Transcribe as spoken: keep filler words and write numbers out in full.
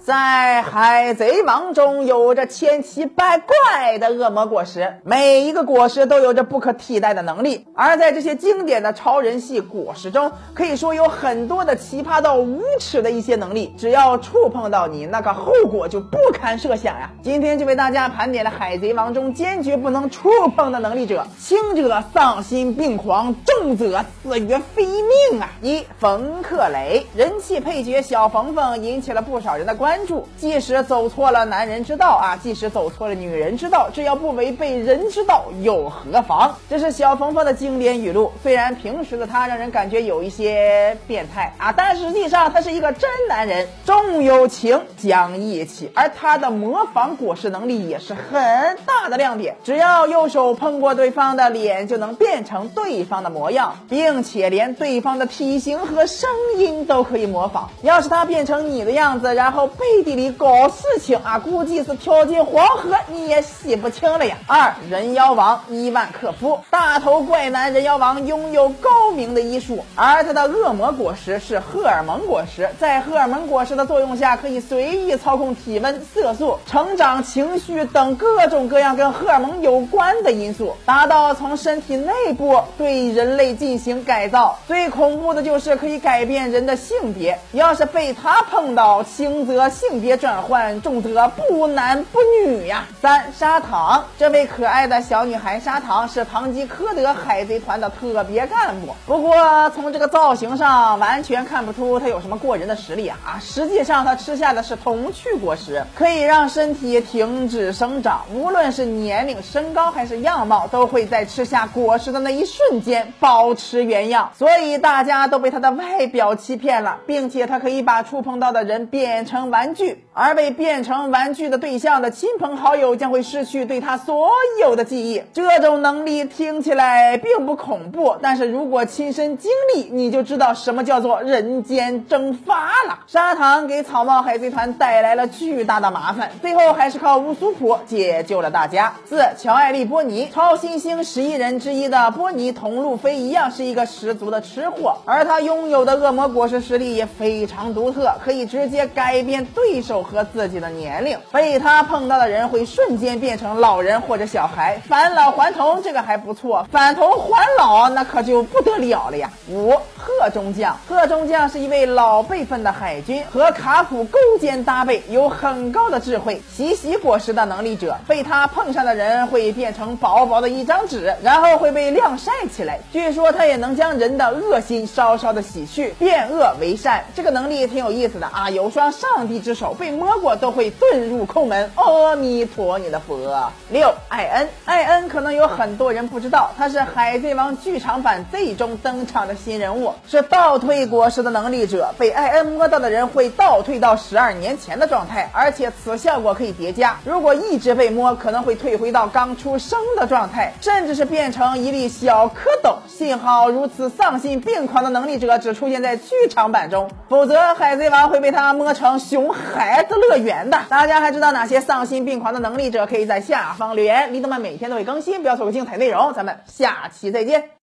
在海贼王中有着千奇百怪的恶魔果实，每一个果实都有着不可替代的能力。而在这些经典的超人系果实中，可以说有很多的奇葩到无耻的一些能力，只要触碰到你，那个后果就不堪设想呀。今天就为大家盘点了海贼王中坚决不能触碰的能力者，轻者丧心病狂，重则死于非命啊！一冯克雷，人气配角小冯冯引起了不少人的关注。即使走错了男人之道啊，即使走错了女人之道，只要不违背人之道又何妨？这是小冯冯的经典语录。虽然平时的他让人感觉有一些变态啊，但实际上他是一个真男人，重友情讲义气。而他的模仿果实能力也是很大的亮点，只要右手碰过对方的脸，就能变成对方的模样，并且连对方的体型和声音都可以模仿。要是他变成你的样子，然后背地里搞事情啊，估计是跳进黄河你也洗不清了呀。二人妖王伊万克夫，大头怪男人妖王拥有高明的医术，而他的恶魔果实是荷尔蒙果实，在荷尔蒙果实的作用下，可以随意操控体温、色素、成长、情绪等各种各样跟荷尔蒙有关的因素，达到从身体内部对人类进行改造。最恐怖的就是可以改变人的性别，要是被他碰到，轻则性别转换，重则不男不女呀。三砂糖，这位可爱的小女孩砂糖是堂吉诃德海贼团的特别干部，不过从这个造型上完全看不出她有什么过人的实力啊！实际上她吃下的是童趣果实，可以让身体停止生长，无论是年龄、身高还是样貌，都会在吃下果实的那一瞬间保持原样，所以大家都被她的外表欺骗了，并且她可以把触碰到的人变成玩具，而被变成玩具的对象的亲朋好友将会失去对他所有的记忆。这种能力听起来并不恐怖，但是如果亲身经历，你就知道什么叫做人间蒸发了。砂糖给草帽海贼团带来了巨大的麻烦，最后还是靠乌苏普解救了大家。四乔艾利波尼，超新星十一人之一的波尼同路飞一样是一个十足的吃货，而他拥有的恶魔果实实力也非常独特，可以直接改变对手和自己的年龄，被他碰到的人会瞬间变成老人或者小孩，返老还童这个还不错，返童还老那可就不得了了呀。五贺中将，贺中将是一位老辈分的海军，和卡普勾肩搭背，有很高的智慧，习习果实的能力者，被他碰上的人会变成薄薄的一张纸，然后会被晾晒起来。据说他也能将人的恶心稍稍的洗去，变恶为善，这个能力挺有意思的啊，有双上帝之手，被摸过都会遁入空门，阿弥陀你的佛。六艾恩，艾恩可能有很多人不知道，他是海贼王剧场版 Z 中登场的新人物，是倒退果实的能力者，被艾恩摸到的人会倒退到十二年前的状态，而且此效果可以叠加，如果一直被摸，可能会退回到刚出生的状态，甚至是变成一粒小蝌蚪。幸好如此丧心病狂的能力者只出现在剧场版中，否则海贼王会被他摸成熊孩子乐园的。大家还知道哪些丧心病狂的能力者？可以在下方留言，李动漫每天都会更新，不要错过精彩内容，咱们下期再见。